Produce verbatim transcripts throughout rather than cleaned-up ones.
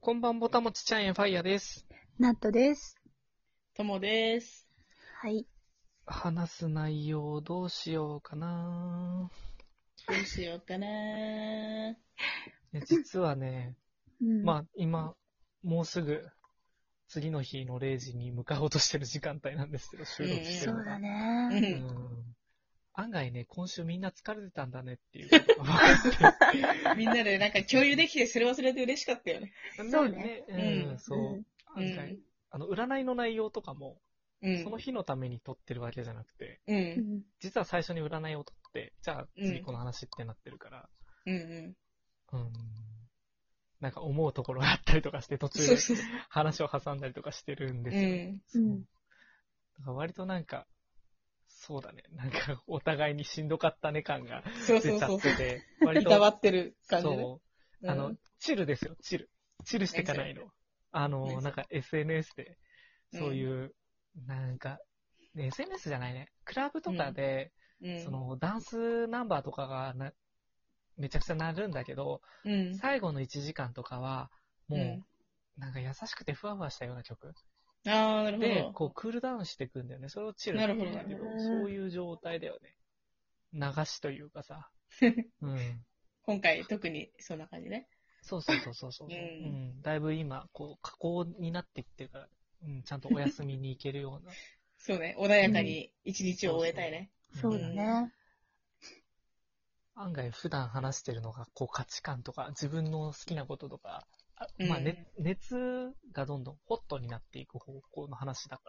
こんばんぼたもちちゃんやファイヤーです。 ナットです。 ともです。 はい。 話す内容どうしようかな。 どうしようかな。 ね、実はね、 うん、 まあ今、もうすぐ次の日のれいじに向かおうとしてる時間帯なんですけど、収録してるのが。 そうだうね。 ん。 うん案外ね、今週みんな疲れてたんだねっていうことが分かって。 みんなでなんか共有できてそれ忘れて嬉しかったよね。 そうね。 ね、うん、 うんそう。 うん案外、 うんあの、占いの内容とかも、 うん。 その日のために撮ってるわけじゃなくて、 うん。うんうん実は最初に占いを撮って、じゃあ次うんこの話ってなってるから、 うん。 うん、なんか思うところがあったりとかして、途中でそうそうそう。 話を挟んだりとかしてるんですよ。 うん。 そううんだから割となんか、そうだね、なんかお互いにしんどかったね感がそう出ちゃそうそうそう。 ってて、割いたわと、 ってる感じね。 そう、 うんあの、チルですよ、チル。チルしていかないの。あの、 何それなんか エスエヌエス で、 うんそういう、なんか、ね エスエヌエス じゃないね、クラブとかで、 うん。 そのダンスナンバーとかがなめちゃくちゃなるんだけど、 うん。 最後のいちじかんとかは、もう、 うんなんか優しくてふわふわしたような曲。 ああ、なるほで、 ど。 こう、クールダウンしていくんだよね。それをチルって言うんだけどなるほ、どそういう状態だよね。流しというかさ。うん。 今回特にそんな感じね。 そうそうそうそうそう。 ううんん。だいぶ今、こう、加工になっていってるから、うん、ちゃんとお休みに行けるような。 そうね。穏やかに一日を終えたいね。 そうだね。 案外普段話してるのが、こう価値観とか、自分の好きなこととか、あまあ、ね熱がどんどんホットになっていく方向の話だから。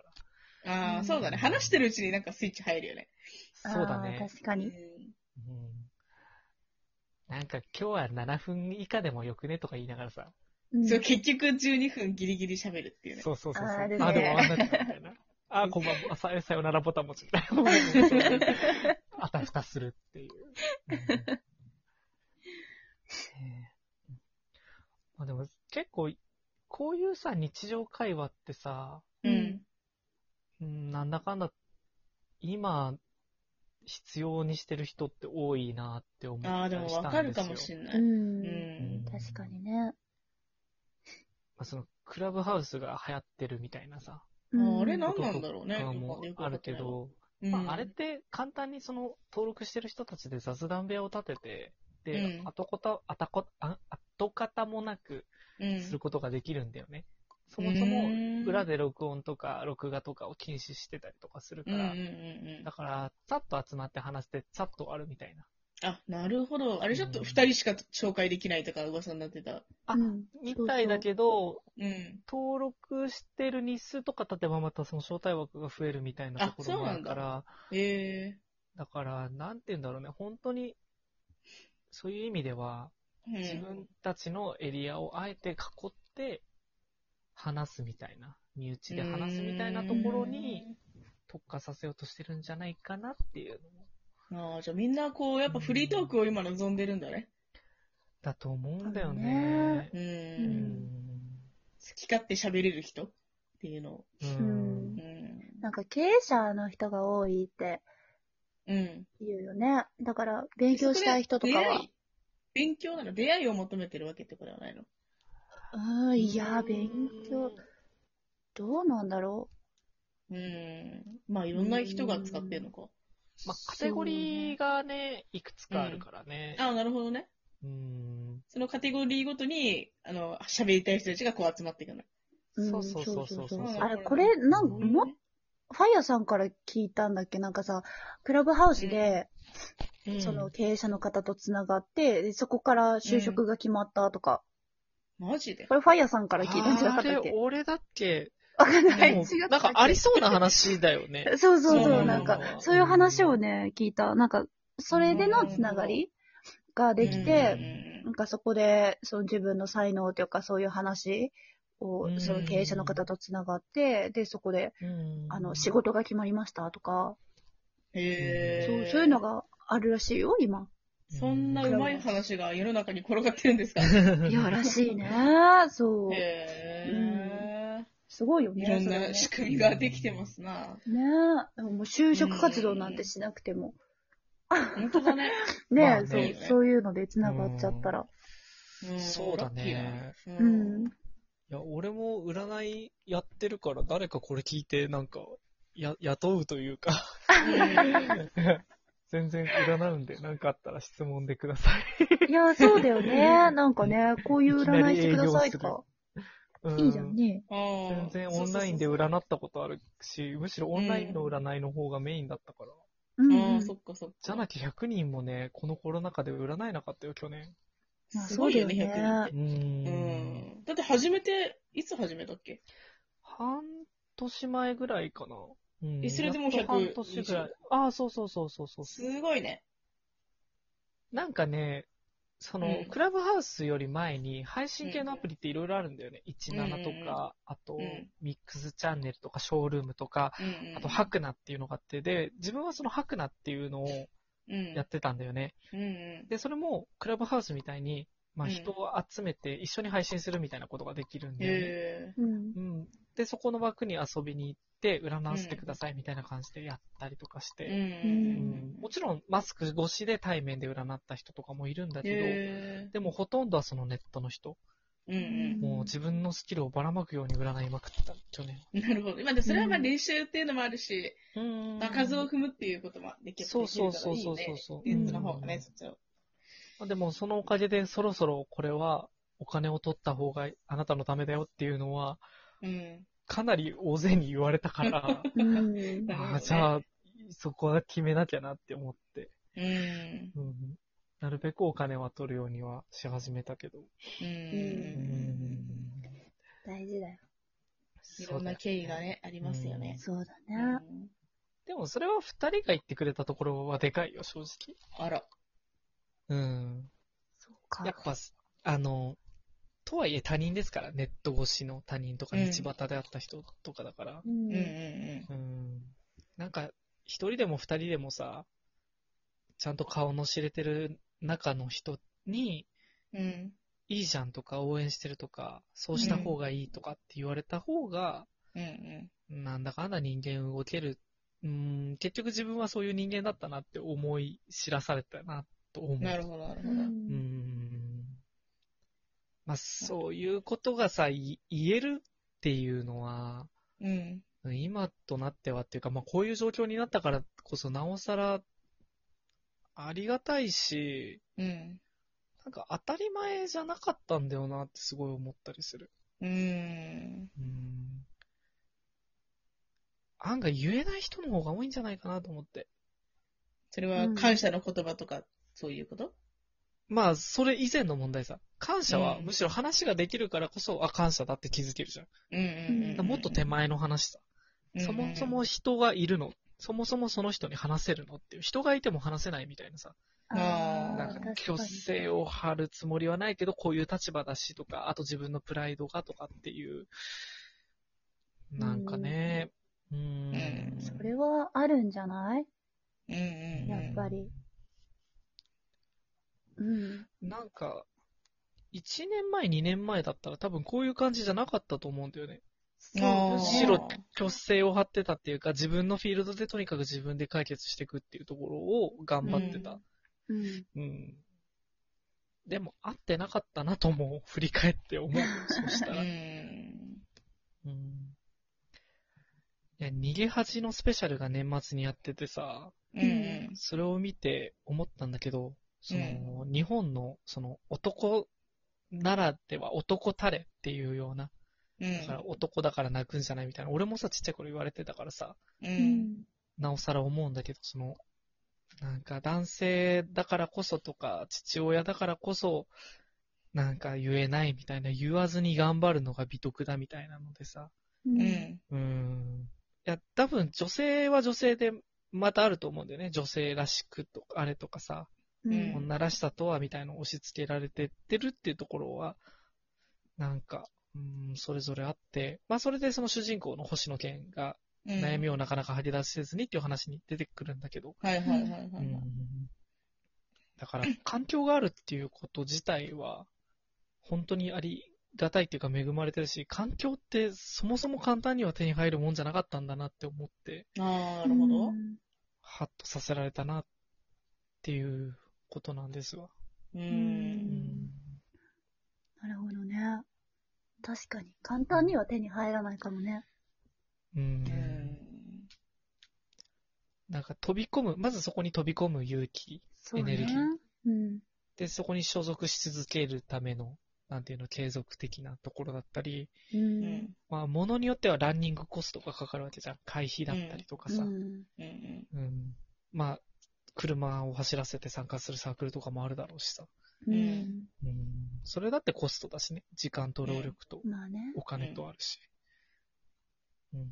ああ、そうだね。話してるうちになんかスイッチ入るよね。 そうだね。 確かに。 うんうんなんか今日はななふん以下でもよくねとか言いながらさ。 うんそう、結局じゅうにふんギリギリ喋るっていうね。 そうそうそうそう。あ、 あるねでも終わんなかったみたいな。あ、こんばんは。さよさよならボタン持ちみたいな。あたふたするっていう。うんねえまあでも結構、こういうさ、日常会話ってさ、 うん。 うんなんだかんだ、今、必要にしてる人って多いなって思ああ、でったりしたもわかるんですよ。 かもしんない。 うん。 うん。 確かにね。 まあ、その、クラブハウスが流行ってるみたいなさ、 うんあれこと何なんだろうね。 とかもあるけど、 うん、 まあ、あれって簡単にその登録してる人たちで雑談部屋を立てて、で、 うん跡ことあたこあ跡形もなくうん、 することができるんだよね。そもそも裏で録音とか録画とかを禁止してたりとかするから、 うんうんうんうん、 だから、さっと集まって話して、さっと終わるみたいな。 あ、なるほど。あれちょっとうん二人しか紹介できないとか噂になってた。 あ、 うんみたいだけど、 うん。 登録してる日数とか経てばまたその招待枠が増えるみたいなところもあるから、 へえだから、なんて言うんだろうね、本当に、そういう意味では、 ー。うん、 自分たちのエリアをあえて囲って話すみたいな、身内で話すみたいなところに特化させようとしてるんじゃないかなっていうのも。 ああ、じゃあみんなこう、やっぱフリートークを今望んでるんだね。 だと思うんだよね。 ねう。 うんん。 好き勝手喋れる人っていうのを。 う。 うんん。 うん。 なんか経営者の人が多いってうん。 言うよね。だから、勉強したい人とかは。 出会い勉強なの出会いを求めてるわけってことではないのうん、いや、勉強、どうなんだろうん。まあいろんな人が使ってるのか。 まあ、カテゴリーがね、いくつかあるからね。 ああ、なるほどね。 うん。 そのカテゴリーごとに、あの、喋りたい人たちがこう集まっていくの。 う。 そうそうそうそうそううんそうあれ、これ、なんか、も、ファイヤーさんから聞いたんだっけなんかさ、クラブハウスで、 うんその経営者の方とつながって、でそこから就職が決まったとか。 マジでこれファイヤーさんから聞いたんじゃなかあれ、 ったっけ俺だっけわかんない。 でも違ったっけなんかありそうな話だよね。 そうそうそうう、 んなんか、そういう話をね、聞いた。なんか、それでのつながりができて、なんかそこで、その自分の才能というかそういう話をう、んその経営者の方とつながって、で、そこで、 うんあの、仕事が決まりましたとか、 へーそう、そういうのがあるらしいよ、今。 そんなうまい話が世の中に転がってるんですかいや、らしいね。そう。 へーすごいよね。 いろんそれもな仕組みができてますな。 ねえ。もう就職活動なんてしなくても。 本当だね。 ねえ、 まあねそう、そういうので繋がっちゃったら。 うんそうだね。 ラッキーだううんん。 や、俺も占いやってるから誰かこれ聞いてなんか、や、雇うというか、全然占うんで、なんかあったら質問でください。 いや、そうだよね。なんかね、こういう占いしてくださいとか。 うんいいじゃんね。 全然オンラインで占ったことあるし、むしろオンラインの占いの方がメインだったから。 うんうん、 ああ、そっかそっか。 じゃなきゃひゃくにんもね、このコロナ禍で占えなかったよ、去年。 まあすごいよね、 そうだよねひゃくにんって。 うー。 うんん。だって始めて、いつ始めたっけ？ 半年前ぐらいかな。うん。 えそれでもうやっと半年ぐらい。ああ、そうそうそうそうそう。 すごいね。 なんかね、その、 うんクラブハウスより前に配信系のアプリっていろいろあるんだよね。じゅうななとか、あと、 うんミックスチャンネルとか、ショールームとか、 うんうん。 あと、ハクナっていうのがあって、で、自分はそのハクナっていうのをうん。 やってたんだよね。 うんうん。 で、それもクラブハウスみたいに、まあうん人を集めて一緒に配信するみたいなことができるんだよね。 へうん。 うん。で、そこの枠に遊びに行って、占わせてくださいみたいな感じでやったりとかしえ。うて、 んうんもちろんマスク越しで対面で占った人とかもいるんだけど、 へでもほとんどはそのネットの人。 うんうん。 もう自分のスキルをばらまくように占いまくってた、去年。 なるほど。まあ、でそれはまあ練習っていうのもあるし、 うんまあ、数を踏むっていうこともできるそうそうそうそうそうそうネットの方がね、そっちを。 まあでもそのおかげでそろそろこれはお金を取った方があなたのためだよっていうのは、 うん。 かなり大勢に言われたから、 うん。 なるほどねああ、じゃあ、そこは決めなきゃなって思って、 うん。 うん、なるべくお金は取るようにはし始めたけど。 う。 うんん大事だよ。 いろんな経緯がね、ありますよね。 そうだうね。 ん。 でもそれは二人が言ってくれたところはでかいよ、正直。 あら。 うん。 そうか。 やっぱ、あの、とはいえ他人ですから、ネット越しの他人とか、道うん端で会った人とかだから。 う。 うんんうんうん。なんか、一人でも二人でもさ、ちゃんと顔の知れてる中の人に、 うん。うん。 いいじゃんとか応援してるとか、そうした方がいいとかって言われた方が、 うんうん。 なんだかんだ人間動ける。うん、結局自分はそういう人間だったなって思い知らされたなと思う。 なるほど、なるほど。 うんうん。まあ、そういうことがさ、い言えるっていうのは、 うん。 今となってはっていうか、まあ、こういう状況になったからこそ、なおさら、ありがたいし、 うん。 なんか当たり前じゃなかったんだよなってすごい思ったりする。 うん。 うん。案外言えない人の方が多いんじゃないかなと思って。 それは感謝の言葉とか、そういうこと？ まあ、それ以前の問題さ。感謝はうんむしろ話ができるからこそ、あ、感謝だって気づけるじゃん。 うんうんうん。 もっと手前の話さ。 うんうんそもそも人がいるの。そもそもその人に話せるのっていう。人がいても話せないみたいなさ。 あーなんかあ、確かに。 虚勢を張るつもりはないけど、こういう立場だしとか、あと自分のプライドがとかっていう。なんかね。うーん。 それはあるんじゃない？ うんうん。 やっぱり。うん。 なんか、いちねんまえ、にねんまえだったら多分こういう感じじゃなかったと思うんだよね。 そうだねあーむしろ虚勢を張ってたっていうか、自分のフィールドでとにかく自分で解決していくっていうところを頑張ってた。 うん。 うん。でも、合ってなかったなとも振り返って思う。そしたうら。 ん。 うん。いや、逃げ恥のスペシャルが年末にやっててさ、 うんうん。 それを見て思ったんだけど、その、日本の、その、男ならでは男たれっていうような、 うん。 だから男だから泣くんじゃないみたいな、俺もさ、ちっちゃい頃言われてたからさ、 う。 うんん。 なおさら思うんだけど、その、なんか男性だからこそとか、父親だからこそ、なんか言えないみたいな、言わずに頑張るのが美徳だみたいなのでさ、 う。 うんん。 うーん。いや、多分女性は女性でまたあると思うんだよね。女性らしくとか、あれとかさ、 うん。 女らしさとはみたいなのを押し付けられてってるっていうところは、なんか、うーん、それぞれあって、まあそれでその主人公の星野源が悩みをなかなか吐き出せずにっていう話に出てくるんだけど、 はいはいはいはい。 うんだから環境があるっていうこと自体は、本当にありがたいっていうか恵まれてるし、環境ってそもそも簡単には手に入るもんじゃなかったんだなって思って、 ああ、なるほど。 ハッとさせられたなっていうことなんですわ。 う。 うんん。なるほどね。 確かに。簡単には手に入らないかもね。 うん。 うん。 なんか飛び込む、まずそこに飛び込む勇気。 そうね。 エネルギーうん。 で、そこに所属し続けるための、なんていうの、継続的なところだったり、 う。 うんん。 まあ、ものによってはランニングコストがかかるわけじゃん。会費だったりとかさ。 うん。 うん。 うん。まあ、車を走らせて参加するサークルとかもあるだろうしさ。 うん。 うん。それだってコストだしね。時間と労力とまあね。 お金とあるし。うん。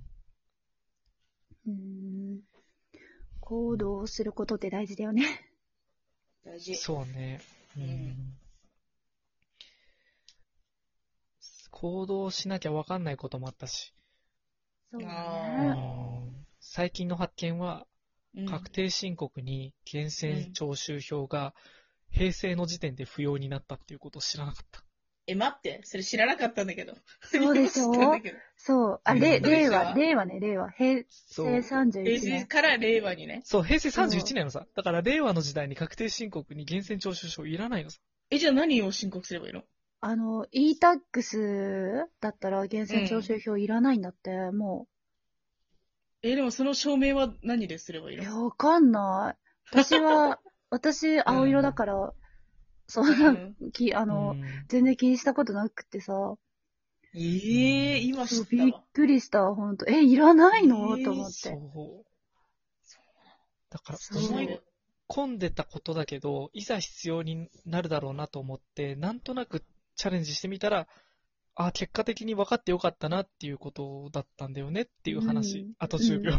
うん。行動することって大事だよね。 大事。 そうね。ううんん。行動しなきゃわかんないこともあったし。 そうあね。 うん最近の発見は、 うん確定申告に源泉徴収票が平成の時点で不要になったっていうことを知らなかった。 え、待って。それ知らなかったんだけど。 そうでしょ今知ったんだけど。 そう。あ、 うんれ、 そうでしょ令和、令和ね、令和。平そう成31 平成年。 から令和にね。 そう、平成さんじゅういちねんのさ。だから令和の時代に確定申告に源泉徴収票いらないのさ。 え、じゃあ何を申告すればいいの？ あの、e タックス だったら源泉徴収票いらないんだって、もえ、でもその証明は何ですればいいういや、 の？ わかんない。私は、私、青色だから、そんな、 うんき、あうの、 ん全然気にしたことなくってさ、 ええ今知そう、 ったびっわ。 くりした、ほんと。え、いらないの、 えーと思って。 そう。だから、 そう思い込んでたことだけど、いざ必要になるだろうなと思って、なんとなくチャレンジしてみたら、あ、結果的に分かってよかったなっていうことだったんだよねっていう話。 うんあとじゅうびょう。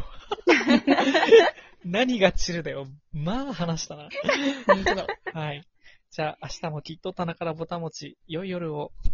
何がチルだよ。まあ話したな。 本当だ。 はい。じゃあ明日もきっと棚からぼたもち、良い夜を。